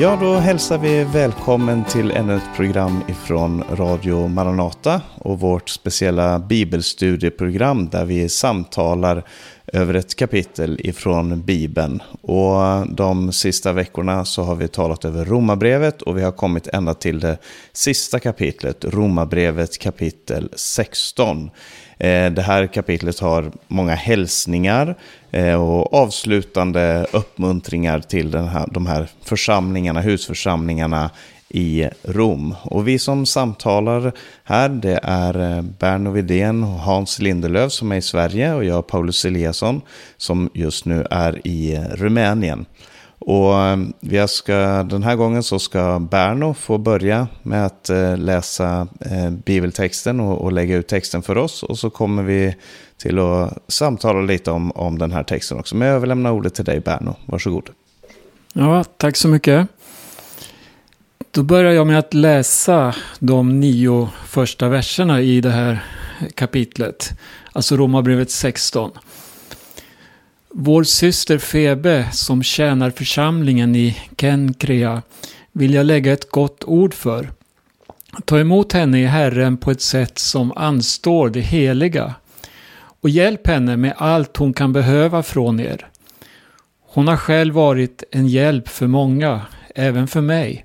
Ja, då hälsar vi välkommen till ännu ett program ifrån Radio Maranata och vårt speciella bibelstudieprogram där vi samtalar över ett kapitel ifrån Bibeln. Och de sista veckorna så har vi talat över Romarbrevet och vi har kommit ända till det sista kapitlet, Romarbrevet kapitel 16. Det här kapitlet har många hälsningar och avslutande uppmuntringar till de här församlingarna, husförsamlingarna i Rom. Och vi som samtalar här, det är Berno Widén och Hans Lindelöf som är i Sverige och jag, Paulus Eliasson, som just nu är i Rumänien. Och den här gången så ska Berno få börja med att läsa bibeltexten och lägga ut texten för oss. Och så kommer vi till att samtala lite om den här texten också. Men jag överlämnar ordet till dig, Berno. Varsågod. Ja, tack så mycket. Då börjar jag med att läsa de 9 första verserna i det här kapitlet. Alltså Romarbrevet 16. Vår syster Febe som tjänar församlingen i Kenkrea vill jag lägga ett gott ord för. Ta emot henne i Herren på ett sätt som anstår det heliga och hjälp henne med allt hon kan behöva från er. Hon har själv varit en hjälp för många, även för mig.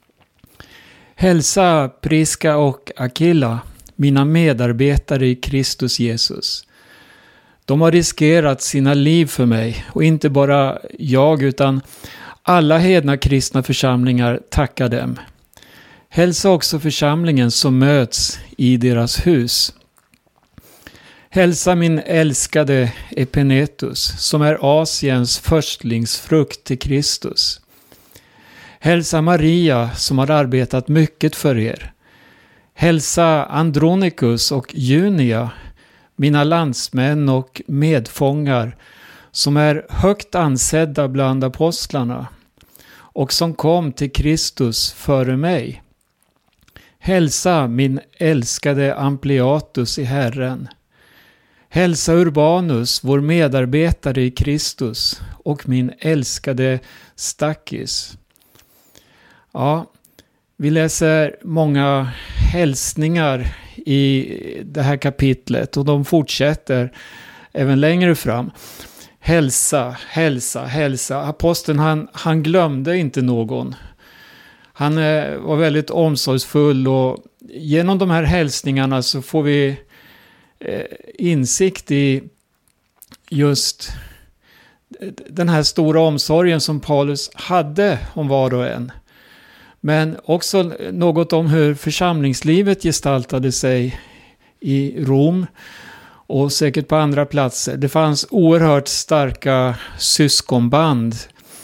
Hälsa Priska och Akilla, mina medarbetare i Kristus Jesus. De har riskerat sina liv för mig och inte bara jag utan alla hedna kristna församlingar tackar dem. Hälsa också församlingen som möts i deras hus. Hälsa min älskade Epenetus som är Asiens förstlingsfrukt till Kristus. Hälsa Maria som har arbetat mycket för er. Hälsa Andronikus och Junia, mina landsmän och medfångar som är högt ansedda bland apostlarna och som kom till Kristus före mig. Hälsa min älskade Ampliatus i Herren. Hälsa Urbanus, vår medarbetare i Kristus och min älskade Stakis. Ja, vi läser många hälsningar i det här kapitlet och de fortsätter även längre fram. Hälsa, hälsa, hälsa. Aposteln han glömde inte någon. Han var väldigt omsorgsfull och genom de här hälsningarna så får vi insikt i just den här stora omsorgen som Paulus hade om var och en. Men också något om hur församlingslivet gestaltade sig i Rom och säkert på andra platser. Det fanns oerhört starka syskonband.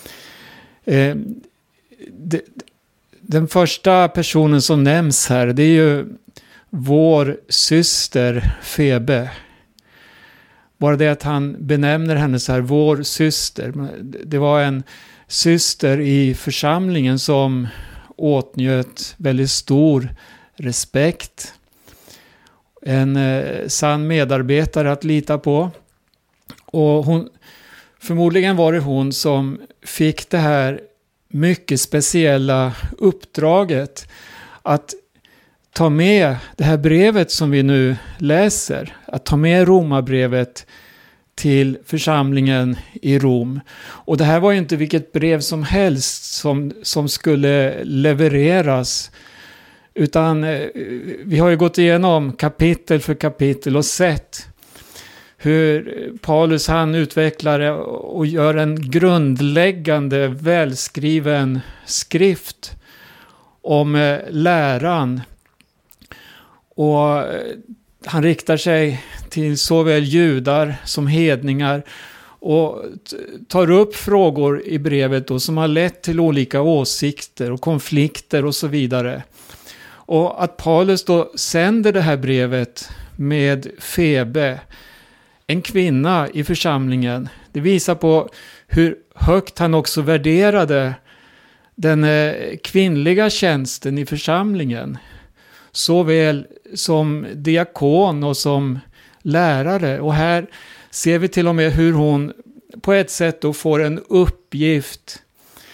Den första personen som nämns här, det är ju vår syster Febe. Bara det att han benämner henne så här, vår syster. Det var en syster i församlingen som åtnjöt väldigt stor respekt. En sann medarbetare att lita på. Och förmodligen var det hon som fick det här mycket speciella uppdraget att ta med det här brevet som vi nu läser. Att ta med Romarbrevet till församlingen i Rom. Och det här var ju inte vilket brev som helst som skulle levereras. Utan vi har ju gått igenom kapitel för kapitel och sett hur Paulus han utvecklar och gör en grundläggande välskriven skrift om läran. Och han riktar sig till såväl judar som hedningar och tar upp frågor i brevet då, som har lett till olika åsikter och konflikter och så vidare. Och att Paulus då sänder det här brevet med Febe, en kvinna i församlingen, det visar på hur högt han också värderade den kvinnliga tjänsten i församlingen. Såväl som diakon och som lärare. Och här ser vi till och med hur hon på ett sätt då får en uppgift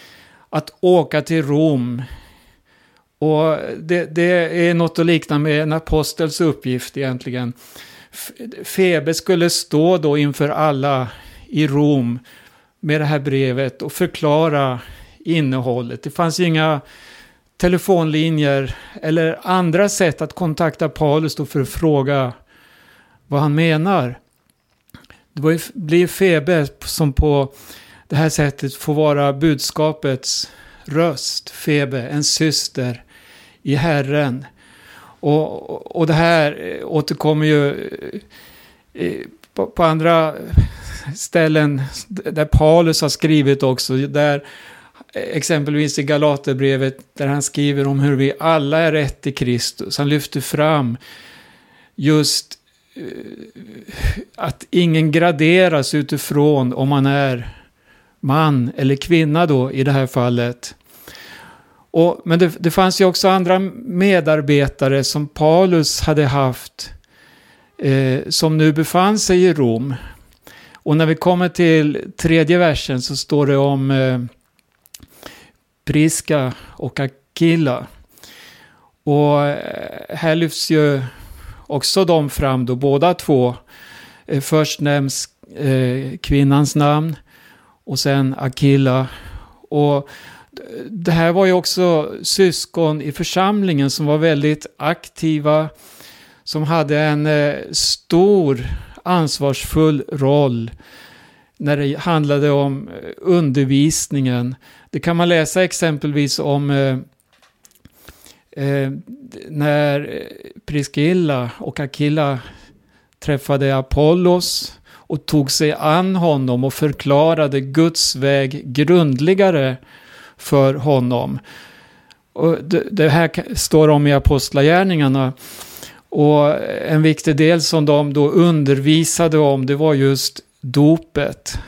att åka till Rom. Och det är något att likna med en apostels uppgift egentligen. Febe skulle stå då inför alla i Rom med det här brevet och förklara innehållet. Det fanns ju inga telefonlinjer eller andra sätt att kontakta Paulus då för att fråga vad han menar. Det blir Febe som på det här sättet får vara budskapets röst. Febe, en syster i Herren. Och det här återkommer ju på andra ställen där Paulus har skrivit också. Där exempelvis i Galaterbrevet där han skriver om hur vi alla är rätt i Kristus. Han lyfter fram just att ingen graderas utifrån om man är man eller kvinna då i det här fallet. Men det fanns ju också andra medarbetare som Paulus hade haft som nu befann sig i Rom. Och när vi kommer till 3:e versen så står det om Priska och Aquila. Och här lyfts ju också de fram då, båda två. Först nämns kvinnans namn och sen Aquila. Och det här var ju också syskon i församlingen som var väldigt aktiva, som hade en stor ansvarsfull roll när det handlade om undervisningen. Det kan man läsa exempelvis om när Priscilla och Aquila träffade Apollos och tog sig an honom och förklarade Guds väg grundligare för honom. Och det här står om i Apostlagärningarna. Och en viktig del som de då undervisade om, det var just dopet.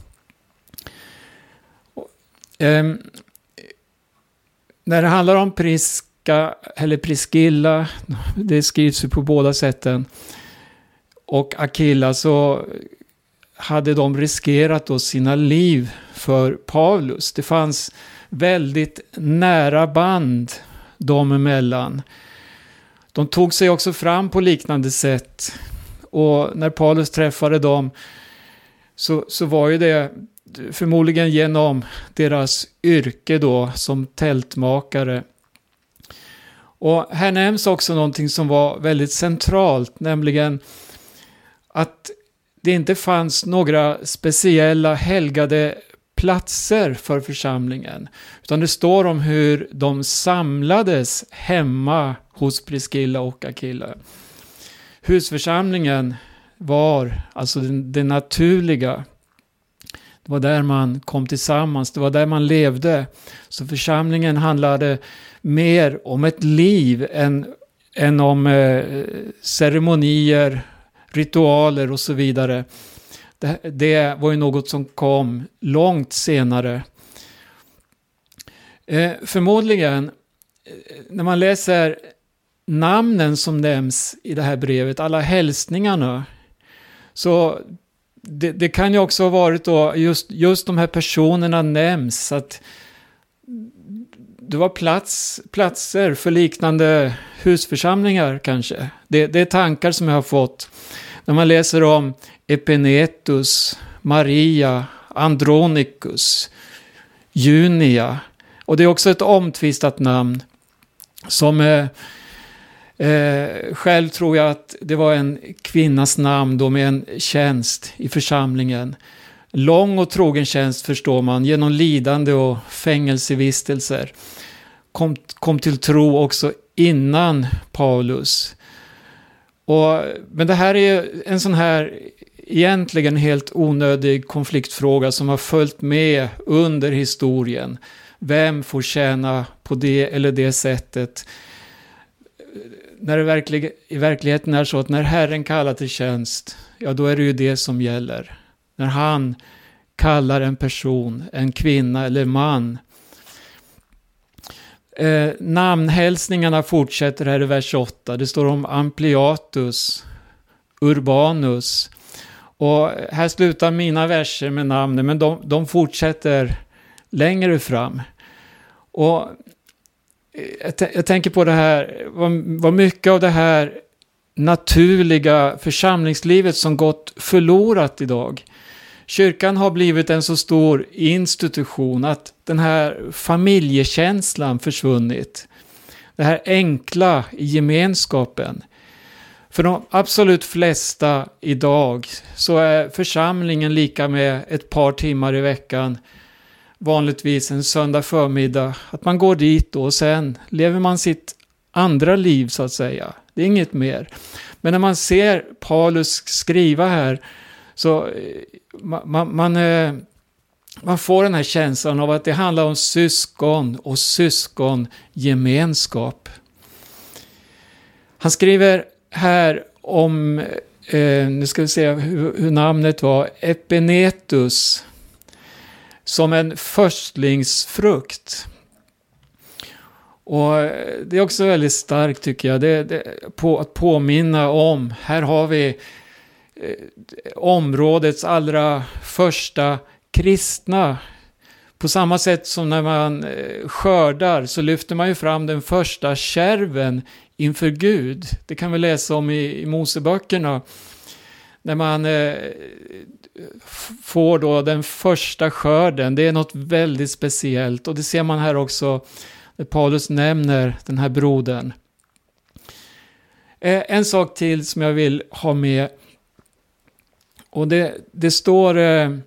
När det handlar om Priska eller Priscilla, det skrivs ju på båda sätten, och Aquila, så hade de riskerat då sina liv för Paulus. Det fanns väldigt nära band dem emellan. De tog sig också fram på liknande sätt. Och när Paulus träffade dem så var ju det förmodligen genom deras yrke då som tältmakare. Och här nämns också någonting som var väldigt centralt, nämligen att det inte fanns några speciella helgade platser för församlingen. Utan det står om hur de samlades hemma hos Priscilla och Aquila. Husförsamlingen var alltså det naturliga. Det var där man kom tillsammans, det var där man levde. Så församlingen handlade mer om ett liv än om ceremonier, ritualer och så vidare. Det var ju något som kom långt senare. Förmodligen, när man läser namnen som nämns i det här brevet, alla hälsningarna, så det kan ju också ha varit då just de här personerna nämns, att det var platser för liknande husförsamlingar kanske. Det är tankar som jag har fått när man läser om Epenetus, Maria, Andronicus, Junia. Och det är också ett omtvistat namn som själv tror jag att det var en kvinnas namn då med en tjänst i församlingen. Lång och trogen tjänst förstår man, genom lidande och fängelsevistelser. Kom till tro också innan Paulus. Men det här är en sån här egentligen helt onödig konfliktfråga som har följt med under historien. Vem får tjäna på det eller det sättet? När det i verkligheten är så att när Herren kallar till tjänst, ja då är det ju det som gäller. När han kallar en person, en kvinna eller man. Namnhälsningarna fortsätter här i vers 8. Det står om Ampliatus, Urbanus. Och här slutar mina verser med namnen, men de fortsätter längre fram. Och jag tänker på det här, vad mycket av det här naturliga församlingslivet som gått förlorat idag. Kyrkan har blivit en så stor institution att den här familjekänslan försvunnit. Det här enkla i gemenskapen. För de absolut flesta idag så är församlingen lika med ett par timmar i veckan. Vanligtvis en söndag förmiddag. Att man går dit då och sen lever man sitt andra liv så att säga. Det är inget mer. Men när man ser Paulus skriva här så man får den här känslan av att det handlar om syskon och syskongemenskap. Han skriver här om, nu ska vi se hur namnet var, Epinetus, som en förstlingsfrukt. Och det är också väldigt starkt tycker jag, att påminna om, här har vi områdets allra första kristna. På samma sätt som när man skördar så lyfter man ju fram den första kärven inför Gud. Det kan vi läsa om i Moseböckerna. När man får då den första skörden. Det är något väldigt speciellt. Och det ser man här också när Paulus nämner den här brodern. En sak till som jag vill ha med. Och det står...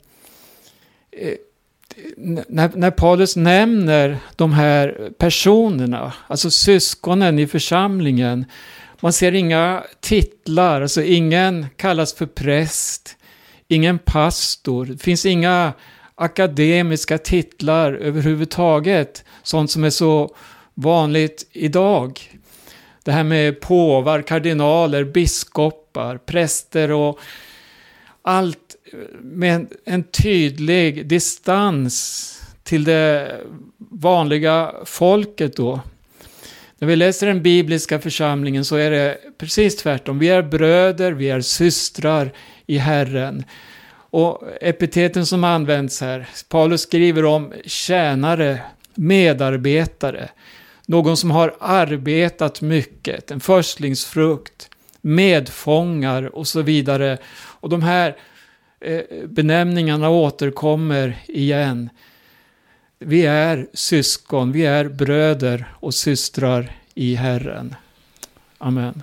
När Paulus nämner de här personerna, alltså syskonen i församlingen, man ser inga titlar, alltså ingen kallas för präst, ingen pastor, det finns inga akademiska titlar överhuvudtaget, sånt som är så vanligt idag. Det här med påvar, kardinaler, biskopar, präster och allt med en tydlig distans till det vanliga folket då. När vi läser den bibliska församlingen så är det precis tvärtom. Vi är bröder, vi är systrar i Herren. Och epiteten som används här, Paulus skriver om tjänare, medarbetare, någon som har arbetat mycket, en förstlingsfrukt, medfångar och så vidare. Och de här benämningarna återkommer igen. Vi är syskon, vi är bröder och systrar i Herren. Amen.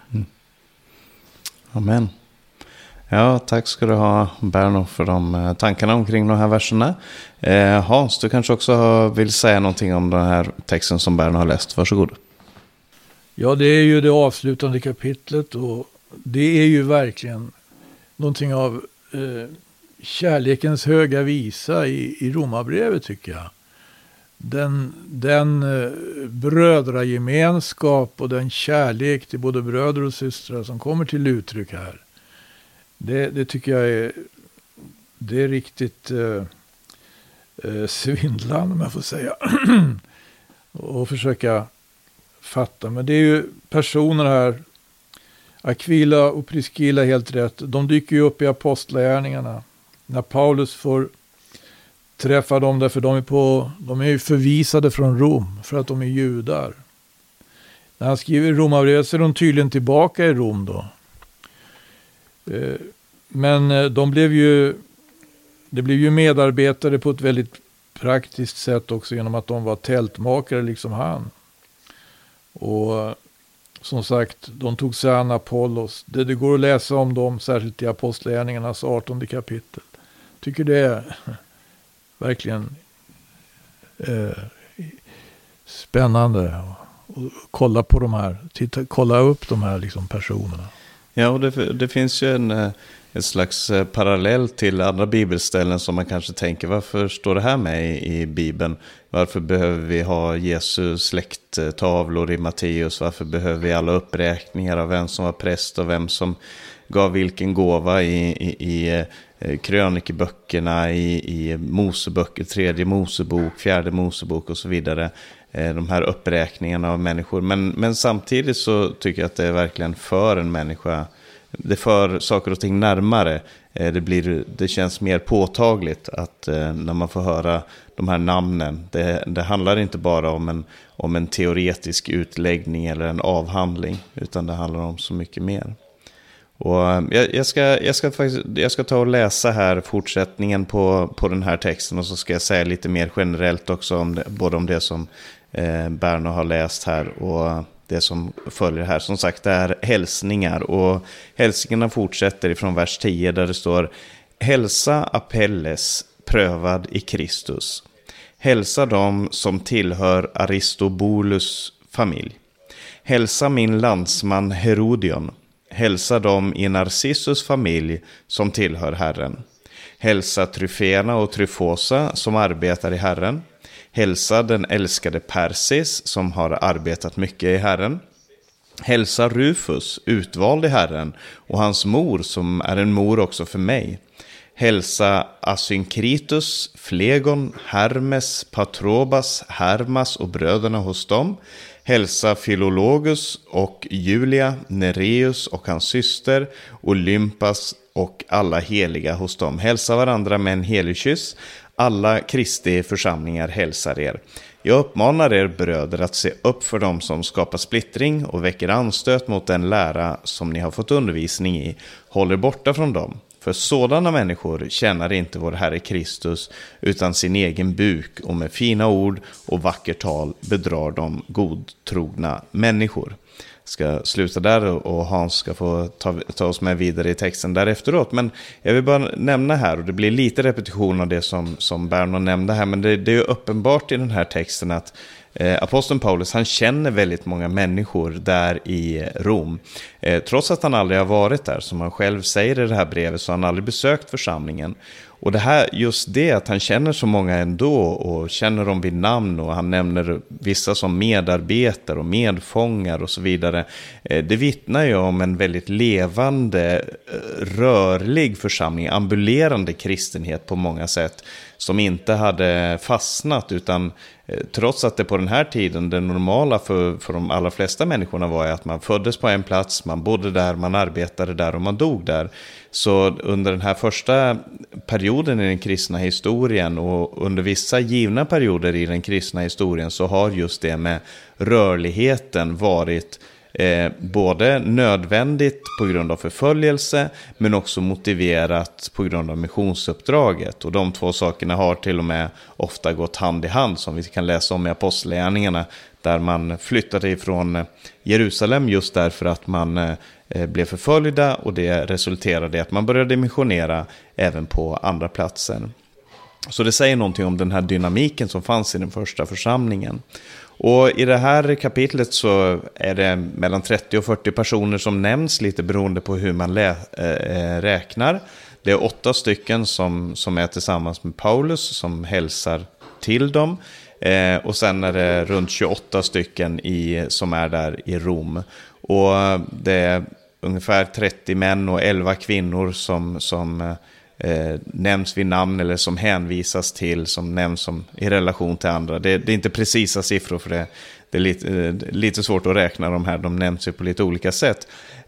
Amen. Ja, tack ska du ha Berno för de tankarna omkring de här verserna. Hans, du kanske också vill säga någonting om den här texten som Berno har läst. Varsågod. Ja, det är ju det avslutande kapitlet och det är ju verkligen någonting av kärlekens höga visa i Romarbrevet tycker jag. Den brödragemenskap och den kärlek till både bröder och systrar som kommer till uttryck här. Det tycker jag är riktigt svindlande om jag får säga. Och försöka fatta. Men det är ju personer här, Aquila och Priscilla helt rätt. De dyker ju upp i apostlagärningarna. När Paulus får träffa dem därför de är ju förvisade från Rom för att de är judar. När han skriver Romarbrevet så är de tydligen tillbaka i Rom då. Men det blev ju medarbetare på ett väldigt praktiskt sätt också genom att de var tältmakare liksom han. Och som sagt, de tog sig an Apollos. Det går att läsa om dem, särskilt i Apostlagärningarnas 18 kapitel. Tycker det är verkligen spännande att kolla på de här, kolla upp de här liksom personerna. Ja, och det finns ju en slags parallell till andra bibelställen som man kanske tänker, varför står det här med i Bibeln? Varför behöver vi ha Jesu släkttavlor i Matteus? Varför behöver vi alla uppräkningar av vem som var präst och vem som gav vilken gåva i krönikeböckerna, i Moseböcker, 3:e Mosebok, 4:e Mosebok och så vidare. De här uppräkningarna av människor. Men samtidigt så tycker jag att det är verkligen för en människa, det för saker och ting närmare. Det känns mer påtagligt att när man får höra de här namnen, det handlar inte bara om en teoretisk utläggning eller en avhandling, utan det handlar om så mycket mer. Och jag ska ta och läsa här fortsättningen på den här texten, och så ska jag säga lite mer generellt också om både om det som Berno har läst här och det som följer här. Som sagt, det är hälsningar, och hälsningarna fortsätter ifrån vers 10 där det står: hälsa Apelles, prövad i Kristus. Hälsa dem som tillhör Aristobulus familj. Hälsa min landsman Herodion. Hälsa dem i Narcissus familj som tillhör Herren. Hälsa Tryfena och Tryfosa som arbetar i Herren. Hälsa den älskade Persis som har arbetat mycket i Herren. Hälsa Rufus, utvald i Herren, och hans mor som är en mor också för mig. Hälsa Asynkritus, Flegon, Hermes, Patrobas, Hermas och bröderna hos dem. Hälsa Philologus och Julia, Nereus och hans syster, Olympas och alla heliga hos dem. Hälsa varandra med en helig kyss. Alla Kristi församlingar hälsar er. Jag uppmanar er bröder att se upp för dem som skapar splittring och väcker anstöt mot den lära som ni har fått undervisning i. Håll er borta från dem. För sådana människor tjänar inte vår Herre Kristus utan sin egen buk, och med fina ord och vackert tal bedrar de godtrogna människor. Ska sluta där, och Hans ska få ta oss med vidare i texten där efteråt. Men jag vill bara nämna här, och det blir lite repetition av det som Berno nämnde här, men det är ju uppenbart i den här texten att aposteln Paulus, han känner väldigt många människor där i Rom. Trots att han aldrig har varit där, som han själv säger i det här brevet, så har han aldrig besökt församlingen. Och det här, just det att han känner så många ändå och känner dem vid namn, och han nämner vissa som medarbetare och medfångar och så vidare. Det vittnar ju om en väldigt levande, rörlig församling, ambulerande kristenhet på många sätt, som inte hade fastnat, utan trots att det på den här tiden, det normala för de allra flesta människorna var att man föddes på en plats, man bodde där, man arbetade där och man dog där. Så under den här första perioden i den kristna historien, och under vissa givna perioder i den kristna historien, så har just det med rörligheten varit både nödvändigt på grund av förföljelse, men också motiverat på grund av missionsuppdraget. Och de två sakerna har till och med ofta gått hand i hand, som vi kan läsa om i Apostlagärningarna, där man flyttade ifrån Jerusalem just därför att man blev förföljda, och det resulterade i att man började missionera även på andra platser. Så det säger någonting om den här dynamiken som fanns i den första församlingen. Och i det här kapitlet så är det mellan 30 och 40 personer som nämns, lite beroende på hur man räknar. Det är 8 stycken som är tillsammans med Paulus som hälsar till dem. Och sen är det runt 28 stycken som är där i Rom. Och det är ungefär 30 män och 11 kvinnor som nämns vid namn, eller som hänvisas till, som nämns som i relation till andra. Det är inte precisa siffror, för det är lite svårt att räkna de här. De nämns ju på lite olika sätt.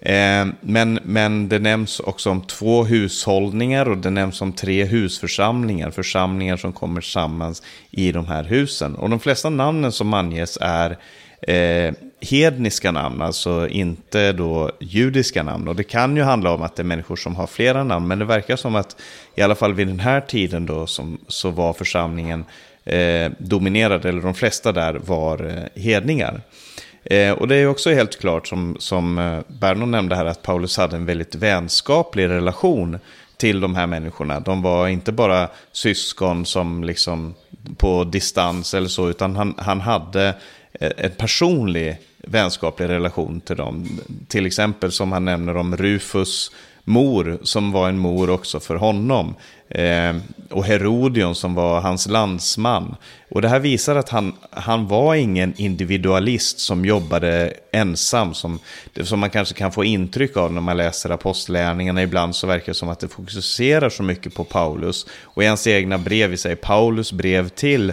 Men det nämns också om 2 hushållningar, och det nämns om 3 församlingar som kommer samman i de här husen. Och de flesta namnen som anges är hedniska namn, alltså inte då judiska namn. Och det kan ju handla om att det är människor som har flera namn, men det verkar som att i alla fall vid den här tiden då så var församlingen dominerad, eller de flesta där var hedningar. Och det är också helt klart, som Berno nämnde här, att Paulus hade en väldigt vänskaplig relation till de här människorna. De var inte bara syskon som liksom på distans eller så, utan han hade en personlig vänskaplig relation till dem. Till exempel som han nämner om Rufus mor, som var en mor också för honom. Och Herodion som var hans landsman. Och det här visar att han var ingen individualist som jobbade ensam, som man kanske kan få intryck av när man läser apostlagärningarna. Ibland så verkar det som att det fokuserar så mycket på Paulus och i hans egna brev, vi säger Paulus brev till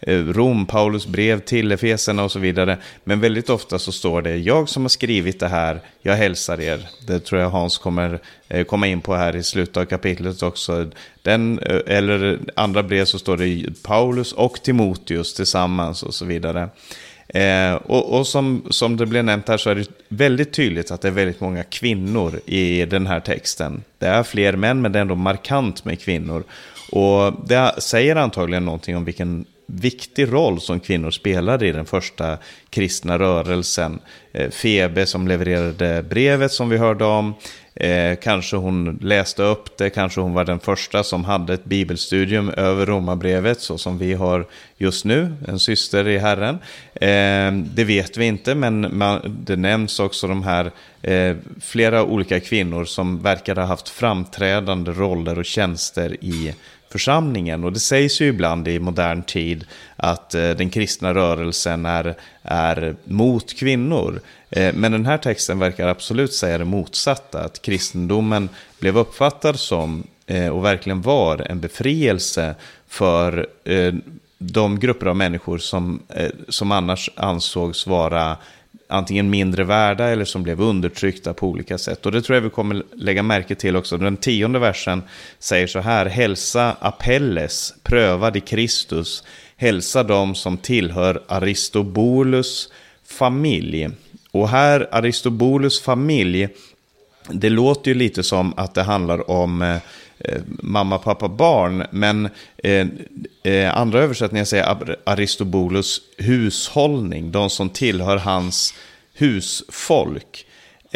Rom, Paulus brev till Efeserna och så vidare. Men väldigt ofta så står det: jag som har skrivit det här, jag hälsar er. Det tror jag Hans kommer komma in på här i slutet av kapitlet också. Eller andra brev så står det Paulus och Timoteus tillsammans och så vidare. Och som det blev nämnt här så är det väldigt tydligt att det är väldigt många kvinnor i den här texten. Det är fler män, men det är ändå markant med kvinnor. Och det säger antagligen någonting om vilken viktig roll som kvinnor spelade i den första kristna rörelsen. Febe som levererade brevet som vi hörde om. Kanske hon läste upp det, kanske hon var den första som hade ett bibelstudium över Romarbrevet, så som vi har just nu, en syster i Herren. Det vet vi inte, men det nämns också de här flera olika kvinnor som verkar ha haft framträdande roller och tjänster i församlingen. Och det sägs ju ibland i modern tid att den kristna rörelsen är mot kvinnor. Men den här texten verkar absolut säga det motsatta, att kristendomen blev uppfattad som och verkligen var en befrielse för de grupper av människor som annars ansågs vara antingen mindre värda eller som blev undertryckta på olika sätt. Och det tror jag vi kommer lägga märke till också. Den 10:e versen säger så här: hälsa Apelles, prövad i Kristus, hälsa dem som tillhör Aristobulus familj. Och här, Aristobulus familj, det låter ju lite som att det handlar om mamma, pappa, barn. Men andra översättningar säger Aristobulus hushållning, de som tillhör hans husfolk.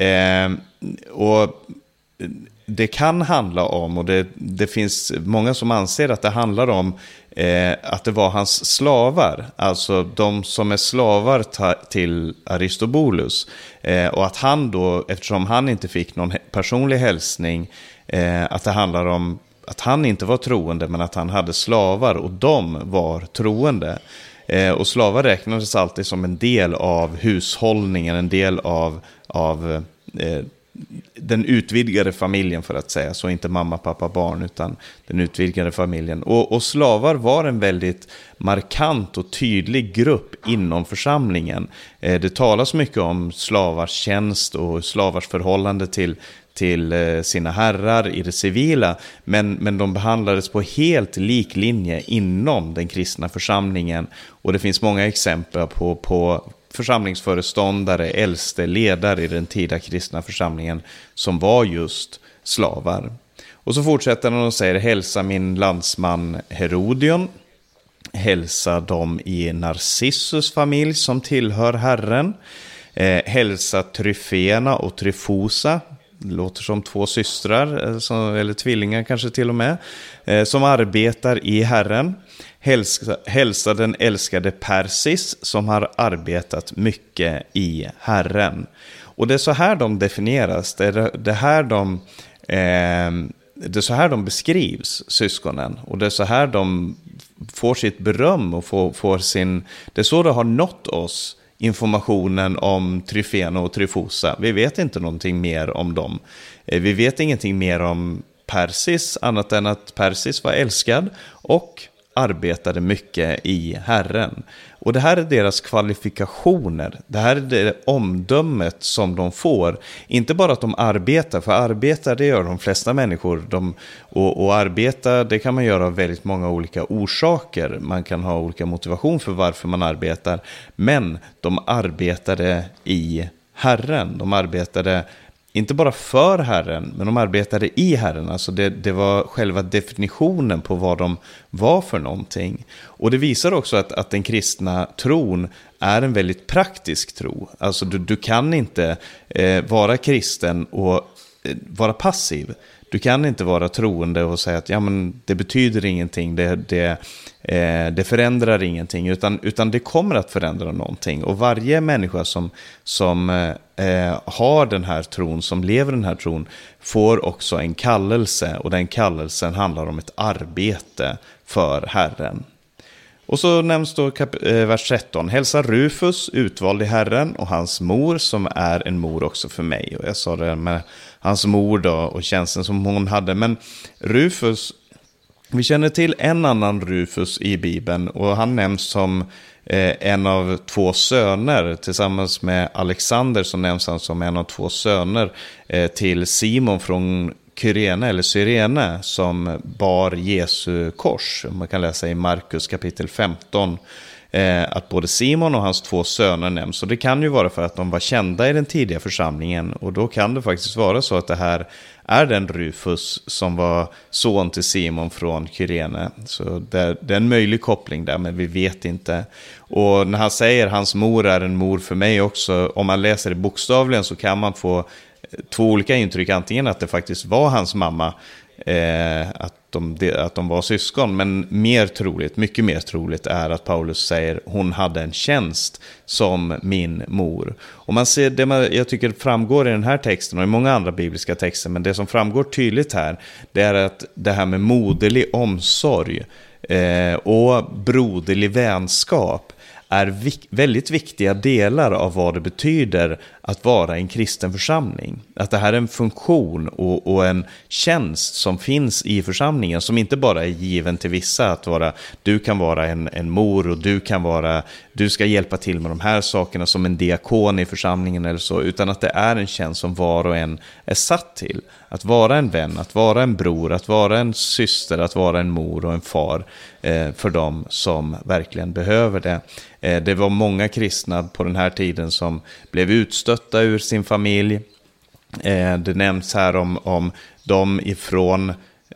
Och det kan handla om, och det finns många som anser att det handlar om att det var hans slavar, alltså de som är slavar till Aristobulus. Och att han då, eftersom han inte fick någon personlig hälsning, att det handlar om att han inte var troende, men att han hade slavar och de var troende. Och slavar räknades alltid som en del av hushållningen, en del av den utvidgade familjen, för att säga så, inte mamma, pappa, barn, utan den utvidgade familjen. Och slavar var en väldigt markant och tydlig grupp inom församlingen. Det talas mycket om slavars tjänst och slavars förhållande till sina herrar i det civila, men de behandlades på helt lik linje inom den kristna församlingen. Och det finns många exempel på församlingsföreståndare, äldste, ledare i den tidiga kristna församlingen som var just slavar. Och så fortsätter de och säger: hälsa min landsman Herodion, hälsa dem i Narcissus familj som tillhör Herren, hälsa Tryfena och Tryfosa. Det låter som två systrar, eller tvillingar kanske till och med, som arbetar i Herren. Hälsa den älskade Persis som har arbetat mycket i Herren. Och det är så här de definieras. Det är så här de beskrivs, syskonen. Och det är så här de får sitt beröm och får sin... Det är så det har nått oss, informationen om Tryfena och Tryfosa. Vi vet inte någonting mer om dem. Vi vet ingenting mer om Persis, annat än att Persis var älskad och arbetade mycket i Herren. Och det här är deras kvalifikationer. Det här är det omdömet som de får. Inte bara att de arbetar, för arbeta det gör de flesta människor. Och arbeta, det kan man göra av väldigt många olika orsaker. Man kan ha olika motivation för varför man arbetar. Men de arbetade i Herren. De arbetade inte bara för Herren, men de arbetade i Herren. Alltså det var själva definitionen på vad de var för någonting. Och det visar också att den kristna tron är en väldigt praktisk tro. Alltså du kan inte vara kristen och vara passiv. Du kan inte vara troende och säga att ja, men det betyder ingenting, det förändrar ingenting, utan det kommer att förändra någonting. Och varje människa som har den här tron, som lever den här tron, får också en kallelse, och den kallelsen handlar om ett arbete för Herren. Och så nämns då vers 13. Hälsa Rufus, utvald i Herren, och hans mor som är en mor också för mig. Och jag sa det med hans mor då och tjänsten som hon hade. Men Rufus Vi känner till en annan Rufus i Bibeln och han nämns som en av 2 söner. Tillsammans med Alexander så nämns han som en av 2 söner till Simon från Kyrene eller Cyrene som bar Jesu kors. Man kan läsa i Markus kapitel 15 att både Simon och hans 2 söner nämns. Och det kan ju vara för att de var kända i den tidiga församlingen. Och då kan det faktiskt vara så att det här är den Rufus som var son till Simon från Kyrene. Så det är en möjlig koppling där, men vi vet inte. Och när han säger hans mor är en mor för mig också, om man läser det bokstavligen så kan man få 2 olika intryck. Antingen att det faktiskt var hans mamma, att de var syskon, men mycket mer troligt är att Paulus säger hon hade en tjänst som min mor. Och man ser det jag tycker framgår i den här texten och i många andra bibliska texter, men det som framgår tydligt här, det är att det här med moderlig omsorg och broderlig vänskap är väldigt viktiga delar av vad det betyder att vara en kristen församling. Att det här är en funktion och en tjänst som finns i församlingen som inte bara är given till vissa, att du kan vara en mor och du ska hjälpa till med de här sakerna som en diakon i församlingen eller så, utan att det är en tjänst som var och en är satt till. Att vara en vän, att vara en bror, att vara en syster, att vara en mor och en far för dem som verkligen behöver det. Det var många kristna på den här tiden som blev utstötta ur sin familj. Det nämns här om dem ifrån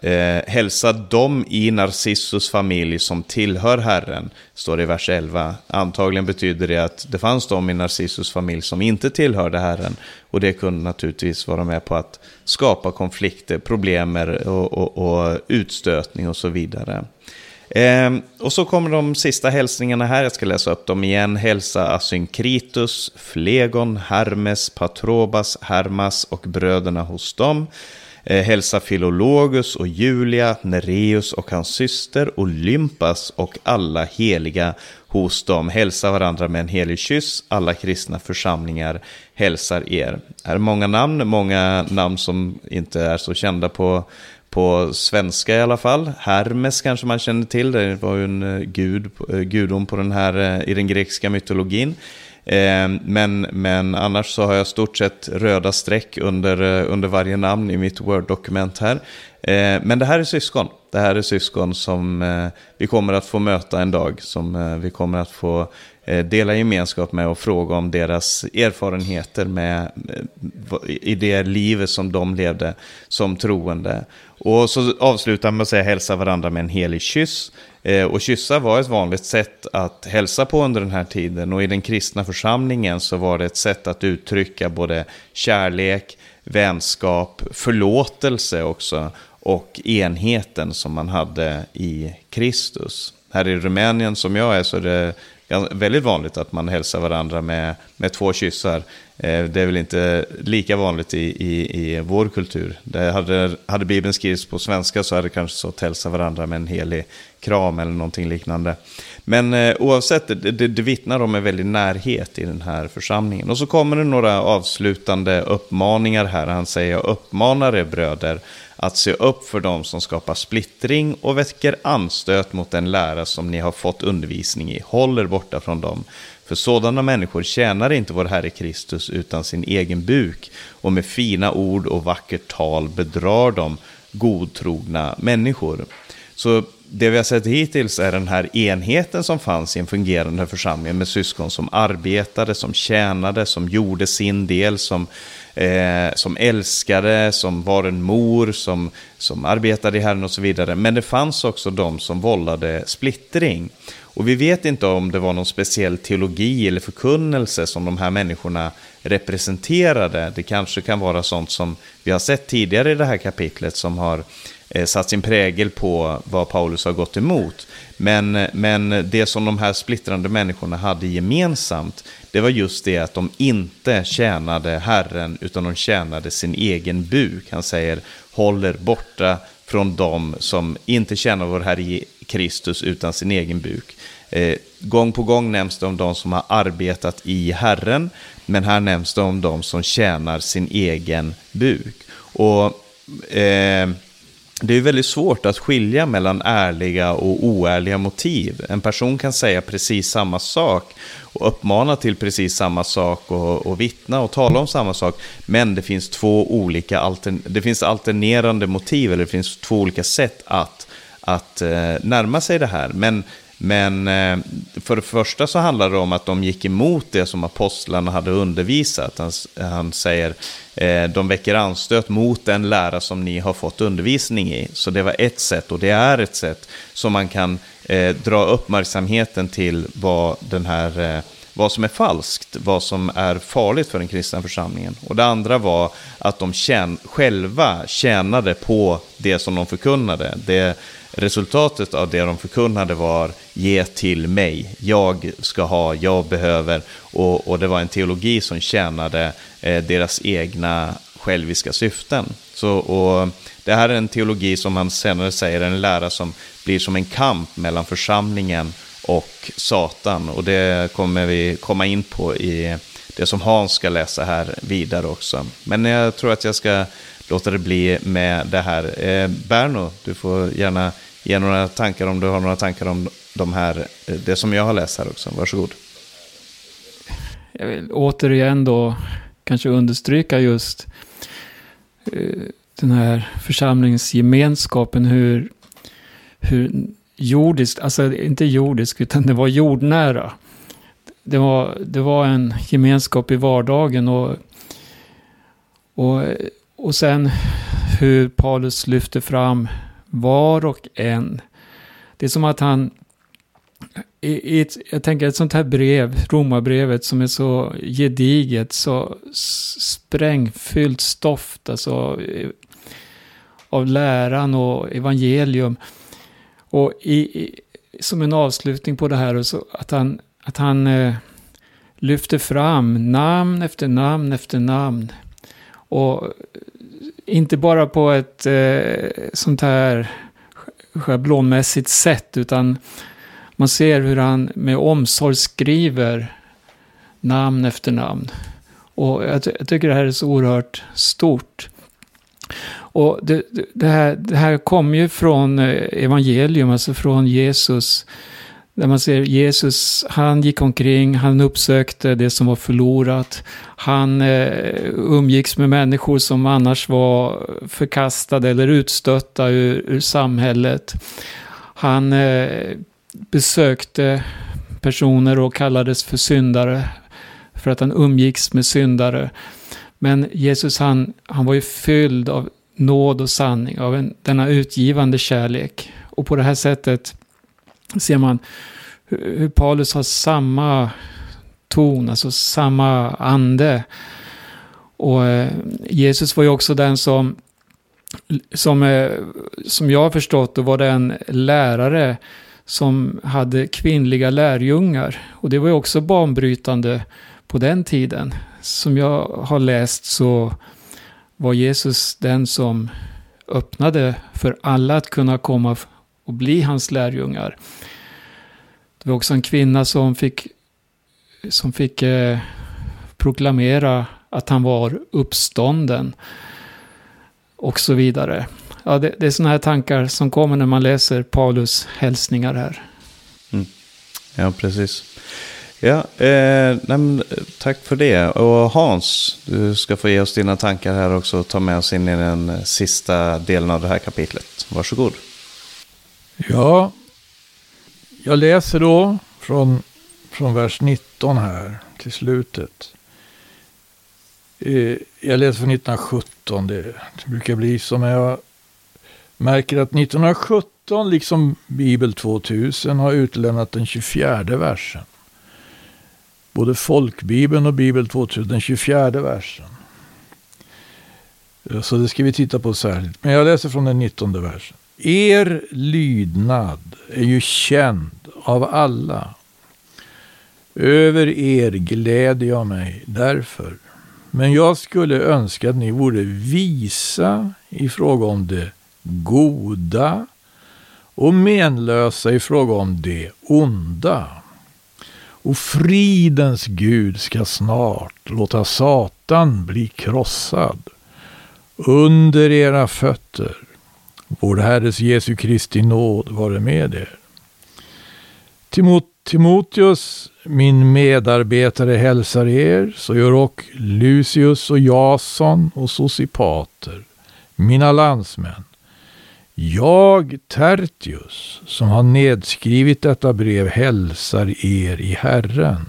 hälsa dem i Narcissus familj som tillhör Herren, står det i vers 11. Antagligen betyder det att det fanns de i Narcissus familj som inte tillhörde Herren, och det kunde naturligtvis vara med på att skapa konflikter, problem och utstötning och så vidare. Och så kommer de sista hälsningarna här. Jag ska läsa upp dem igen. Hälsa Asynkritus, Flegon, Hermes, Patrobas, Hermas och bröderna hos dem. Hälsa Philologus och Julia, Nereus och hans syster, Olympas och alla heliga hos dem. Hälsa varandra med en helig kyss. Alla kristna församlingar hälsar er. Här är många namn som inte är så kända på svenska i alla fall. Hermes kanske man känner till. Det var ju en gudom på den här i den grekiska mytologin. Men annars så har jag stort sett röda streck under varje namn i mitt Word-dokument här. Men det här är syskon. Det här är syskon som vi kommer att få möta en dag. Som vi kommer att få dela gemenskap med och fråga om deras erfarenheter i det livet som de levde som troende. Och så avslutar man med att säga hälsa varandra med en helig kyss. Och kyssa var ett vanligt sätt att hälsa på under den här tiden. Och i den kristna församlingen så var det ett sätt att uttrycka både kärlek, vänskap, förlåtelse också, och enheten som man hade i Kristus. Här i Rumänien som jag är så är det väldigt vanligt att man hälsar varandra med 2 kyssar. Det är väl inte lika vanligt i vår kultur. Hade Bibeln skrivits på svenska så hade det kanske så att hälsa varandra med en helig kram eller någonting liknande. Men oavsett, det vittnar om en väldig närhet i den här församlingen. Och så kommer det några avslutande uppmaningar här. Han säger: jag uppmanar er bröder att se upp för dem som skapar splittring och väcker anstöt mot den lära som ni har fått undervisning i. Håll er borta från dem. För sådana människor tjänar inte vår Herre Kristus utan sin egen buk, och med fina ord och vackert tal bedrar de godtrogna människor. Så det vi har sett hittills är den här enheten som fanns i en fungerande församling med syskon som arbetade, som tjänade, som gjorde sin del, som älskade, som var en mor, som arbetade i Herren och så vidare. Men det fanns också de som vållade splittring. Och vi vet inte om det var någon speciell teologi eller förkunnelse som de här människorna representerade. Det kanske kan vara sånt som vi har sett tidigare i det här kapitlet som har satt sin prägel på vad Paulus har gått emot. Men det som de här splittrande människorna hade gemensamt, det var just det att de inte tjänade Herren utan de tjänade sin egen buk. Han säger: håller borta från dem som inte tjänar vår Herre Kristus utan sin egen buk. Gång på gång nämns det om de som har arbetat i Herren, men här nämns det om de som tjänar sin egen buk. Och det är väldigt svårt att skilja mellan ärliga och oärliga motiv. En person kan säga precis samma sak och uppmana till precis samma sak och vittna och tala om samma sak. Men det finns det finns alternerande motiv, eller det finns två olika sätt att närma sig det här. Men för det första så handlar det om att de gick emot det som apostlarna hade undervisat. Han säger, de väcker anstöt mot den lära som ni har fått undervisning i. Så det var ett sätt, och det är ett sätt som man kan dra uppmärksamheten till vad som är falskt, vad som är farligt för den kristna församlingen. Och det andra var att de själva tjänade på det som de förkunnade. Resultatet av det de förkunnade var: ge till mig, jag ska ha, jag behöver. Och det var en teologi som tjänade deras egna själviska syften. Och det här är en teologi som han senare säger är en lära som blir som en kamp mellan församlingen och Satan. Och det kommer vi komma in på i det som Hans ska läsa här vidare också. Men jag tror att jag ska låta det bli med det här. Berno, du får gärna ge några tankar om du har några tankar om det som jag har läst här också. Varsågod. Jag vill återigen då kanske understryka just den här församlingsgemenskapen, hur jordiskt, alltså inte jordisk utan det var jordnära. Det var en gemenskap i vardagen och sen hur Paulus lyfter fram var och en. Det är som att han jag tänker ett sånt här brev, Romarbrevet, som är så gediget, så sprängfyllt stoff alltså, av läran och evangelium. Och som en avslutning på det här, så att han lyfter fram namn efter namn efter namn. Och inte bara på ett sånt här schablonmässigt sätt, utan man ser hur han med omsorg skriver namn efter namn. Och jag tycker det här är så oerhört stort. Och det här kommer ju från evangelium, alltså från Jesus. Där man ser Jesus, han gick omkring, han uppsökte det som var förlorat. Han umgicks med människor som annars var förkastade eller utstötta ur samhället. Han besökte personer och kallades för syndare för att han umgicks med syndare. Men Jesus han var ju fylld av nåd och sanning, av denna utgivande kärlek. Och på det här sättet ser man hur Paulus har samma ton, alltså samma ande. Och Jesus var ju också den som jag har förstått, och var den lärare som hade kvinnliga lärjungar. Och det var ju också banbrytande på den tiden. Som jag har läst så var Jesus den som öppnade för alla att kunna komma och bli hans lärjungar. Det var också en kvinna som fick proklamera att han var uppstånden och så vidare. Ja, det är såna här tankar som kommer när man läser Paulus hälsningar här. Mm. Ja, precis. Ja, tack för det. Och Hans, du ska få ge oss dina tankar här också och ta med oss in i den sista delen av det här kapitlet. Varsågod. Ja, jag läser då från vers 19 här till slutet. Jag läser från 1917, det brukar bli som jag märker att 1917 liksom Bibel 2000 har utlämnat den 24 versen. Både folkbibeln och Bibel 2000, den 24 versen. Så det ska vi titta på särskilt. Men jag läser från den 19 versen. Er lydnad är ju känd av alla. Över er gläder jag mig därför. Men jag skulle önska att ni vore visa i fråga om det goda och menlösa i fråga om det onda. Och fridens Gud ska snart låta Satan bli krossad under era fötter. Vår Herres Jesu Kristi nåd vare med er. Timoteus, min medarbetare, hälsar er, så gör och Lucius och Jason och Sosipater, mina landsmän. Jag, Tertius, som har nedskrivit detta brev, hälsar er i Herren.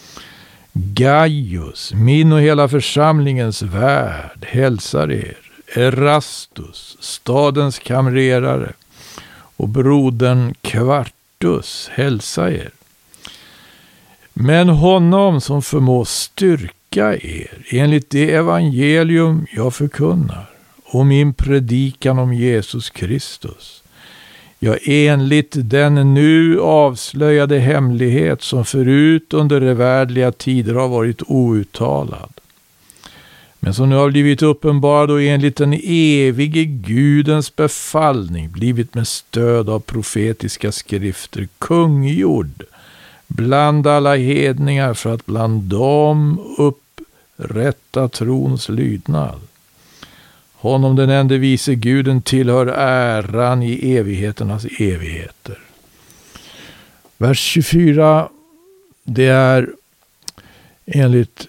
Gaius, min och hela församlingens värd, hälsar er. Erastus, stadens kamrerare, och brodern Kvartus hälsar er. Men honom som förmår styrka er enligt det evangelium jag förkunnar och min predikan om Jesus Kristus, ja, enligt den nu avslöjade hemlighet som förut under evärdliga tider har varit outtalad, men som nu har blivit uppenbarad och enligt den evige Gudens befallning blivit med stöd av profetiska skrifter kungjord bland alla hedningar för att bland dem upprätta trons lydnad. Honom den ende vise Guden tillhör äran i evigheternas evigheter. Vers 24, det är enligt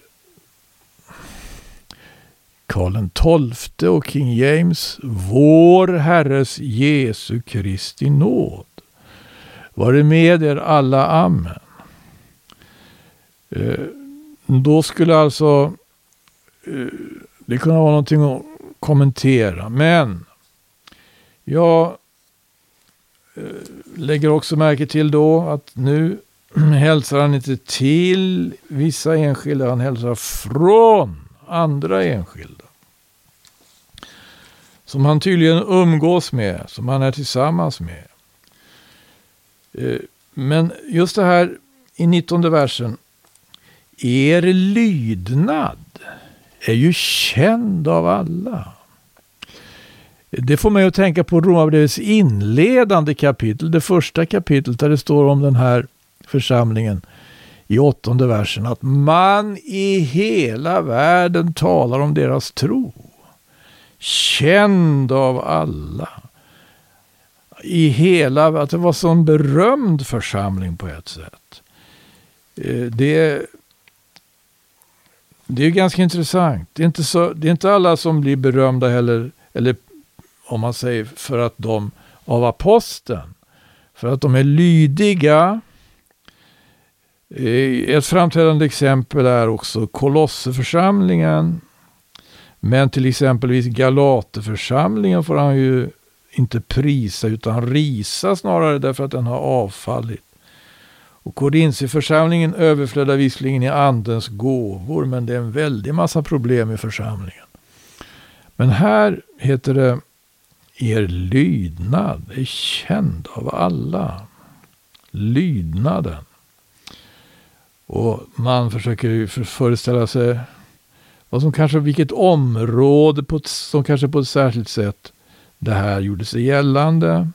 Karl XII och King James, vår Herres Jesu Kristi nåd vare med er alla, amen. Då skulle alltså det kunna vara någonting att kommentera, men jag lägger också märke till då att nu hälsar han inte till vissa enskilda, han hälsar från andra enskilda som han tydligen umgås med, som han är tillsammans med. Men just det här i 19:e versen, er lydnad är ju känd av alla. Det får mig att tänka på Romarbrevets inledande kapitel, det första kapitlet där det står om den här församlingen i 8:e versen, att man i hela världen talar om deras tro. Känd av alla. Att det var så en berömd församling på ett sätt. Det är ganska intressant. Det är inte alla som blir berömda heller, eller om man säger för att de av aposteln, för att de är lydiga. Ett framträdande exempel är också Kolosseförsamlingen, men till exempelvis Galaterförsamlingen får han ju inte prisa utan risa snarare, därför att den har avfallit. Och Korinthförsamlingen överflödar visserligen i andens gåvor, men det är en väldig massa problem i församlingen. Men här heter det, er lydnad är känd av alla. Lydnaden. Och man försöker ju föreställa sig vad som kanske, vilket område som kanske på ett särskilt sätt det här gjorde sig gällande.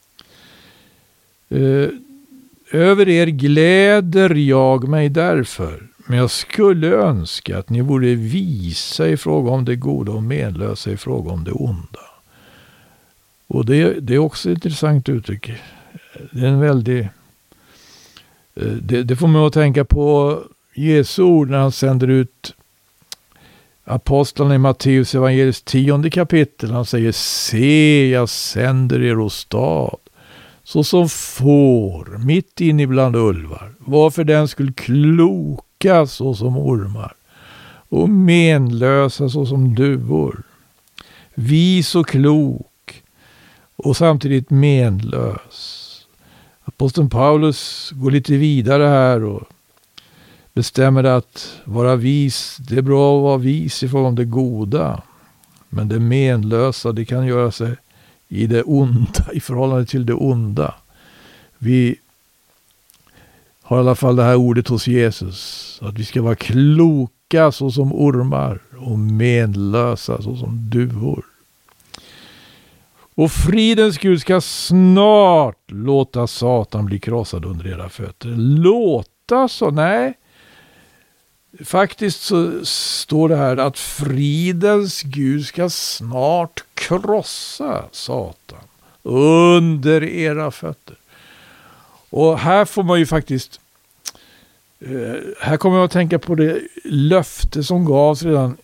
Över er gläder jag mig därför, men jag skulle önska att ni vore visa i fråga om det goda och menlösa i fråga om det onda. Och det är också ett intressant uttryck. Det är en väldigt... Det får mig att tänka på Jesu ord när han sänder ut apostlarna i Matteus evangeliets 10:e kapitel. Han säger, se, jag sänder er åstad så som får mitt in ibland ulvar. Varför den skulle kloka så som ormar och menlösa så som duvor. Vis och klok och samtidigt menlös. Aposteln Paulus går lite vidare här och bestämmer att vara vis, det är bra att vara vis i fråga om det goda. Men det menlösa, det kan göra sig i det onda, i förhållande till det onda. Vi har i alla fall det här ordet hos Jesus, att vi ska vara kloka så som ormar och menlösa så som duvor. Och fridens Gud ska snart låta Satan bli krossad under era fötter. Låta så? Nej. Faktiskt så står det här att fridens Gud ska snart krossa Satan. under era fötter. Och här får man ju faktiskt, här kommer jag att tänka på det löfte som gavs redan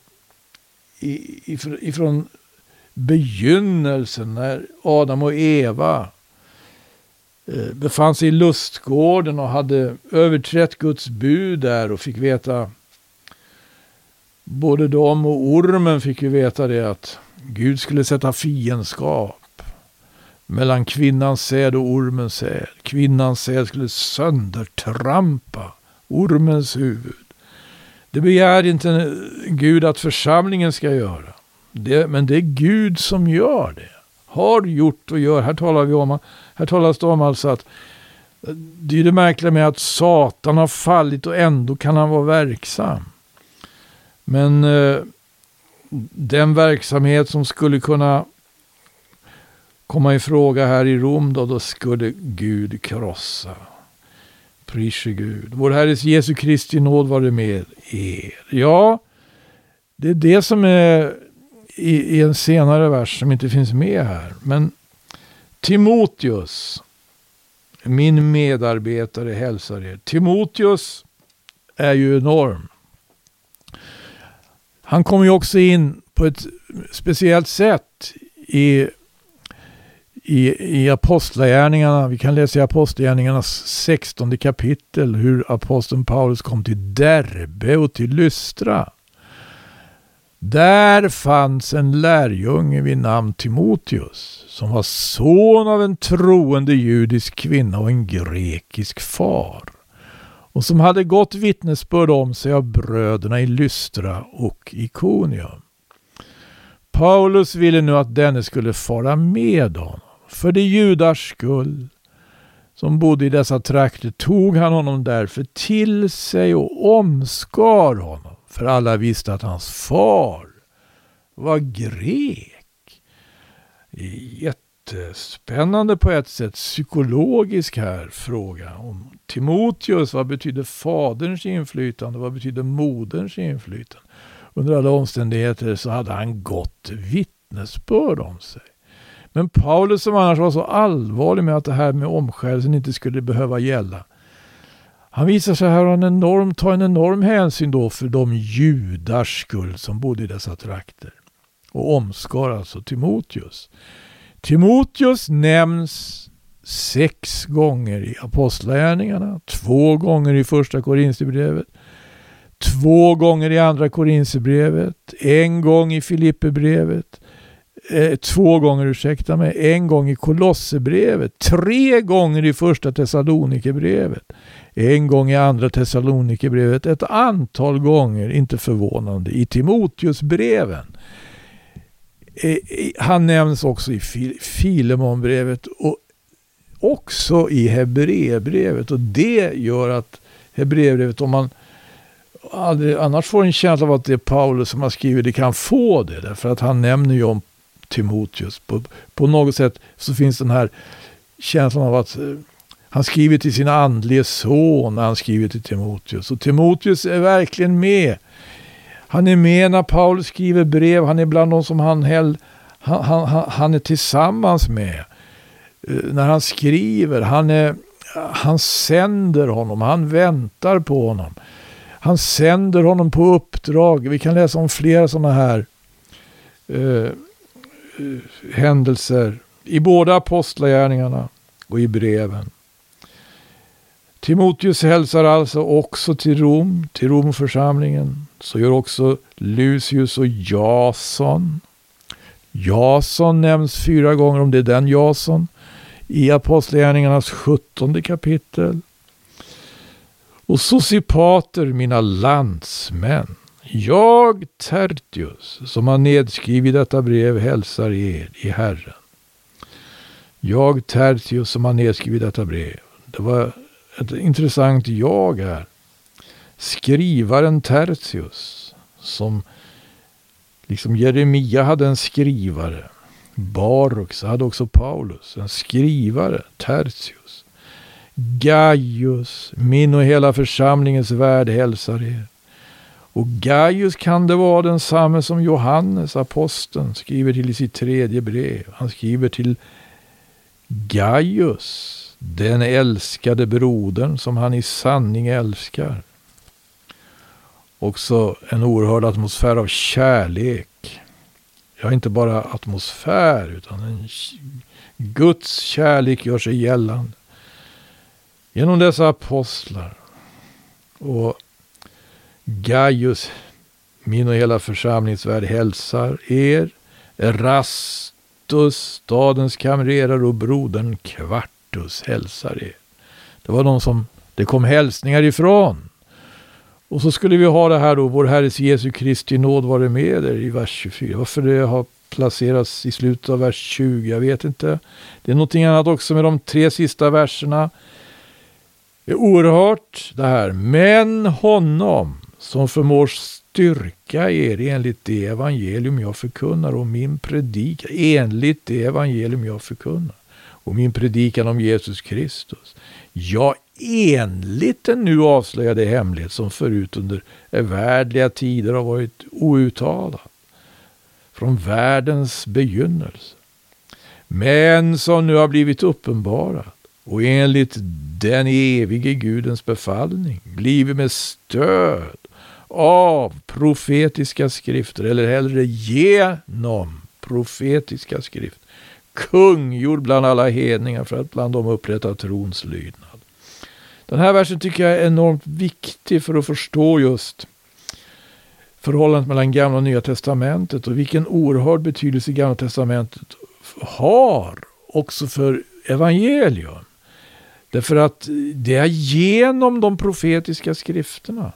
ifrån begynnelsen när Adam och Eva befann sig i lustgården och hade överträtt Guds bud där och fick veta, både de och ormen fick ju veta det, att Gud skulle sätta fiendskap mellan kvinnans säd och ormens säd. Kvinnans säd skulle söndertrampa ormens huvud. Det begär inte Gud att församlingen ska göra. Men det är Gud som gör det. Har gjort och gör. Här talas det om alltså att det är det märkliga med att Satan har fallit och ändå kan han vara verksam. Men den verksamhet som skulle kunna komma i fråga här i Rom då skulle Gud krossa. Prise Gud. Vår Herres Jesu Kristi nåd var det med er. Ja, det är det som är i en senare vers som inte finns med här. Men Timoteus, min medarbetare, hälsar er. Timoteus är ju enorm. Han kommer ju också in på ett speciellt sätt i apostlagärningarna. Vi kan läsa i apostlagärningarnas 16 kapitel hur aposteln Paulus kom till Derbe och till Lystra. Där fanns en lärjunge vid namn Timoteus som var son av en troende judisk kvinna och en grekisk far, och som hade gott vittnesbörd om sig av bröderna i Lystra och Ikonium. Paulus ville nu att denne skulle fara med honom. För de judars skull som bodde i dessa trakter tog han honom därför till sig och omskar honom. För alla visste att hans far var grek. Jättespännande på ett sätt, psykologisk här fråga om Timoteus. Vad betyder faderns inflytande? Vad betyder moderns inflytande? Under alla omständigheter så hade han gott vittnesbörd om sig. Men Paulus, som annars var så allvarlig med att det här med omskärelsen inte skulle behöva gälla, han visar sig här ta en enorm hänsyn då för de judars skull som bodde i dessa trakter. Och omskar alltså Timoteus. Timoteus nämns 6 gånger i apostlagärningarna, 2 gånger i första Korinthierbrevet, 2 gånger i andra Korinthierbrevet, 1 gång i Filipperbrevet, 2 gånger, 1 gång i Kolosserbrevet, 3 gånger i första Thessalonikerbrevet, 1 gång i andra Thessalonikerbrevet, ett antal gånger, inte förvånande, i Timoteusbreven. Han nämns också i Filemonbrevet och också i Hebreerbrevet, och det gör att Hebreerbrevet, om man aldrig annars får en känsla av att det är Paulus som har skrivit, det kan få det, därför att han nämner ju om Timoteus. På något sätt så finns den här känslan av att han skriver till sin andlige son när han skriver till Timoteus. Och Timoteus är verkligen med. Han är med när Paulus skriver brev. Han är bland de som han är tillsammans med när han skriver. Han sänder honom. Han väntar på honom. Han sänder honom på uppdrag. Vi kan läsa om flera sådana här händelser i båda apostlagärningarna och i breven. Timoteus hälsar alltså också till Romförsamlingen. Så gör också Lucius och Jason. Jason nämns 4 gånger, om det är den Jason, i apostlagärningarnas 17 kapitel. Och Sosipater, mina landsmän. Jag, Tertius, som har nedskrivit detta brev, hälsar er i Herren. Jag, Tertius, som har nedskrivit detta brev. Det var ett intressant jag här. Skrivaren Tertius, som liksom Jeremia hade en skrivare. Baruk, så hade också Paulus en skrivare, Tertius. Gaius, min och hela församlingens värld hälsar er. Och Gaius kan det vara densamme som Johannes, aposteln, skriver till i sitt 3:e brev. Han skriver till Gaius, den älskade brodern som han i sanning älskar. Också en oerhörd atmosfär av kärlek. Ja, inte bara atmosfär utan en Guds kärlek gör sig gällande genom dessa apostlar. Och Gaius, min och hela församlingsvärld, hälsar er. Erastus, stadens kamrerare, och brodern Kvartus hälsar er. Det var de som det kom hälsningar ifrån. Och så skulle vi ha det här då, vår Herres Jesu Kristi nåd vare med er, i vers 24. Varför det har placerats i slutet av vers 20, jag vet inte. Det är någonting annat också med de 3 sista verserna. Det är oerhört det här. Men honom som förmår styrka er enligt det evangelium jag förkunnar och min predikan, enligt det evangelium jag förkunnar och min predikan om Jesus Kristus. Ja, enligt den nu avslöjade hemlighet som förut under evärdliga tider har varit outtalad från världens begynnelse, men som nu har blivit uppenbarad och enligt den evige Gudens befallning blivit med stöd av profetiska skrifter, eller hellre genom profetiska skrifter, kungjord bland alla hedningar för att bland dem upprätta trons lydnad. Den här versen tycker jag är enormt viktig för att förstå just förhållandet mellan Gamla och Nya testamentet och vilken oerhörd betydelse Gamla testamentet har också för evangelium. Därför att det är genom de profetiska skrifterna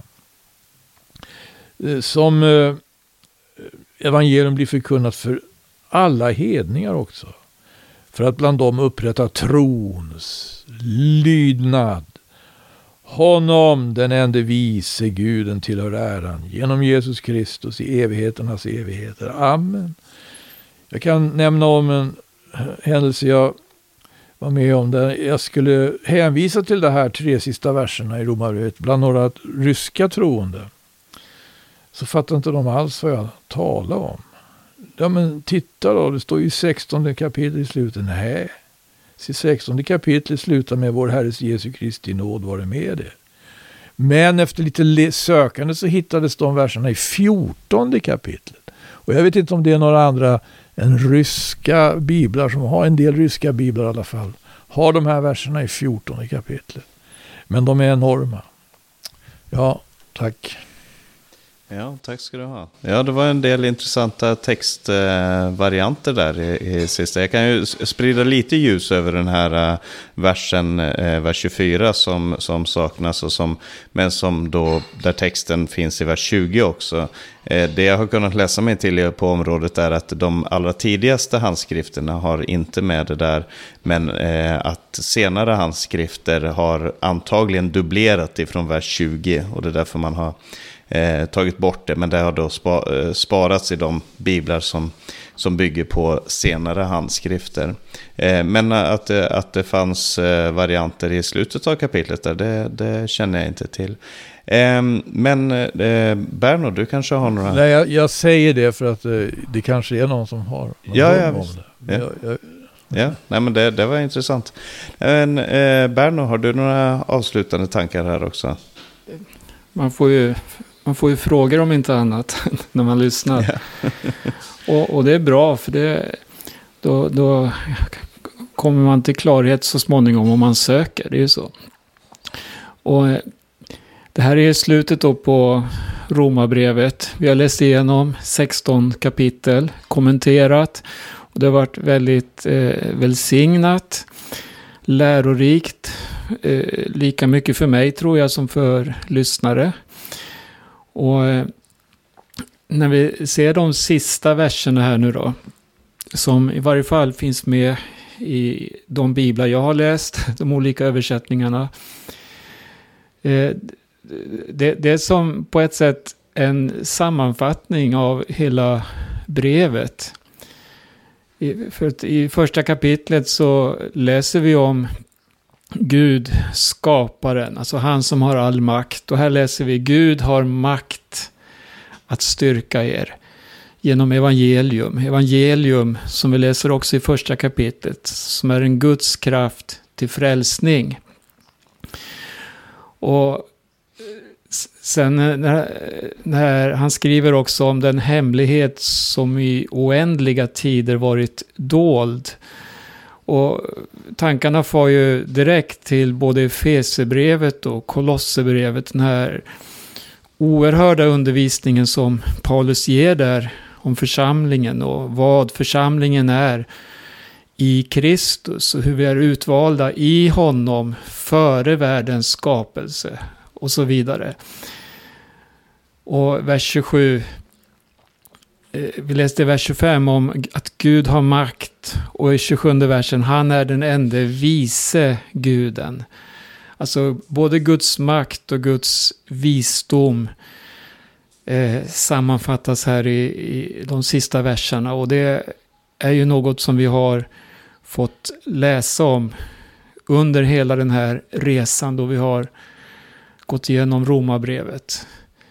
som evangelium blir förkunnat för alla hedningar också. För att bland dem upprätta trons lydnad. Honom, den ende vise Guden, tillhör äran genom Jesus Kristus i evigheternas evigheter. Amen. Jag kan nämna om en händelse jag var med om där jag skulle hänvisa till de här 3 sista verserna i Romarbrevet bland några ryska troende. Så fattar inte de alls vad jag talar om. Ja, men titta då, det står ju 16 kapitel i slutet. Nej, 16 kapitel slutar med vår Herres Jesu Kristi nåd vare med er. Men efter lite sökande så hittades de verserna i 14 kapitlet. Och jag vet inte om det är några andra än ryska biblar som har, en del ryska biblar i alla fall, har de här verserna i 14 kapitlet. Men de är enorma. Ja, tack. Ja, tack ska du ha. Ja, det var en del intressanta textvarianter där i sista. Jag kan ju sprida lite ljus över den här versen, vers 24 som saknas och men som då, där texten finns i vers 20 också. Det jag har kunnat läsa mig till på området är att de allra tidigaste handskrifterna har inte med det där, men att senare handskrifter har antagligen dubblerat ifrån vers 20, och det är därför man har tagit bort det, men det har då sparats i de biblar som bygger på senare handskrifter. Men att det fanns varianter i slutet av kapitlet där, det känner jag inte till. Men Berno, du kanske har några... Nej, jag säger det för att det kanske är någon som har någon om det. Ja, nej, men det var intressant. Men Berno, har du några avslutande tankar här också? Man får ju frågor om inte annat när man lyssnar. Ja. och det är bra, för då kommer man till klarhet så småningom om man söker. Det är ju så. Och det här är slutet då på Romarbrevet. Vi har läst igenom 16 kapitel, kommenterat. Och det har varit väldigt välsignat, lärorikt. Lika mycket för mig tror jag som för lyssnare. Och när vi ser de sista verserna här nu då, som i varje fall finns med i de biblar jag har läst, de olika översättningarna. Det är som på ett sätt en sammanfattning av hela brevet. För i första kapitlet så läser vi om Gud, skaparen, alltså han som har all makt. Och här läser vi: Gud har makt att styrka er. genom evangelium. Evangelium som vi läser också i första kapitlet, som är en Guds kraft till frälsning. Och sen när han skriver också om den hemlighet som i oändliga tider varit dold. Och tankarna får ju direkt till både Efesierbrevet och Kolosserbrevet, den här oerhörda undervisningen som Paulus ger där om församlingen och vad församlingen är i Kristus och hur vi är utvalda i honom före världens skapelse och så vidare. Och vers 27, vi läste i vers 25 om att Gud har makt, och i 27 versen, han är den enda vise guden. Alltså både Guds makt och Guds visdom sammanfattas här i de sista verserna, och det är ju något som vi har fått läsa om under hela den här resan då vi har gått igenom Romarbrevet.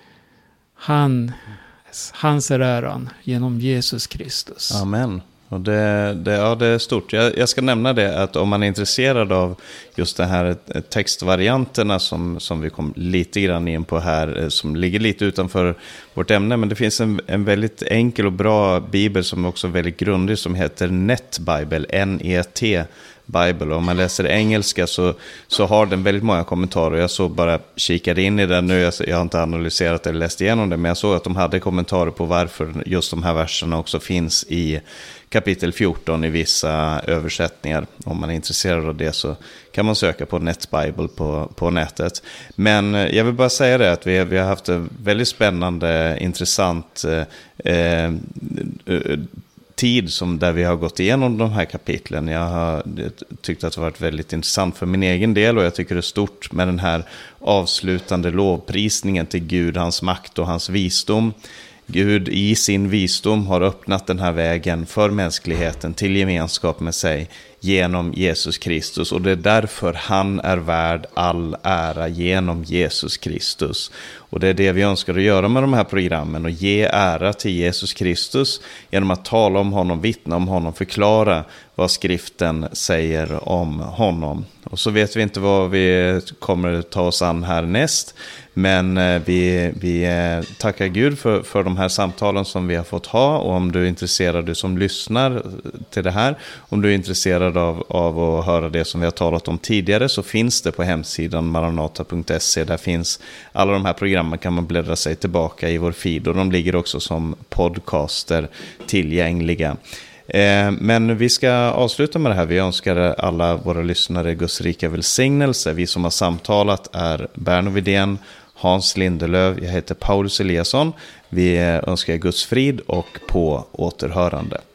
Hans är äran genom Jesus Kristus. Amen. Och det är stort. Jag ska nämna det att om man är intresserad av just det här textvarianterna som vi kom lite grann in på här, som ligger lite utanför vårt ämne, men det finns en väldigt enkel och bra bibel som också är väldigt grundlig som heter Net Bible, N-E-T Bible. Och om man läser engelska så har den väldigt många kommentarer. Jag såg bara kikade in i den nu, jag har inte analyserat eller läst igenom det, men jag såg att de hade kommentarer på varför just de här verserna också finns i kapitel 14 i vissa översättningar. Om man är intresserad av det så kan man söka på Net Bible på nätet. Men jag vill bara säga det att vi har haft en väldigt spännande, intressant tid där vi har gått igenom de här kapitlen. Jag har tyckt att det har varit väldigt intressant för min egen del, och jag tycker det är stort med den här avslutande lovprisningen till Gud, hans makt och hans visdom. Gud i sin visdom har öppnat den här vägen för mänskligheten till gemenskap med sig genom Jesus Kristus, och det är därför han är värd all ära genom Jesus Kristus. Och det är det vi önskar att göra med de här programmen, och ge ära till Jesus Kristus genom att tala om honom, vittna om honom, förklara vad skriften säger om honom. Och så vet vi inte vad vi kommer ta oss an härnäst, men vi tackar Gud för de här samtalen som vi har fått ha. Och om du är intresserad, du som lyssnar till det här, om du är intresserad av att höra det som vi har talat om tidigare, så finns det på hemsidan maranata.se. Där finns alla de här programmen, kan man bläddra sig tillbaka i vår feed, och de ligger också som podcaster tillgängliga. Men vi ska avsluta med det här. Vi önskar alla våra lyssnare Guds rika välsignelse. Vi som har samtalat är Berno Widén, Hans Lindelöv, jag heter Paulus Eliasson. Vi önskar Guds frid och på återhörande.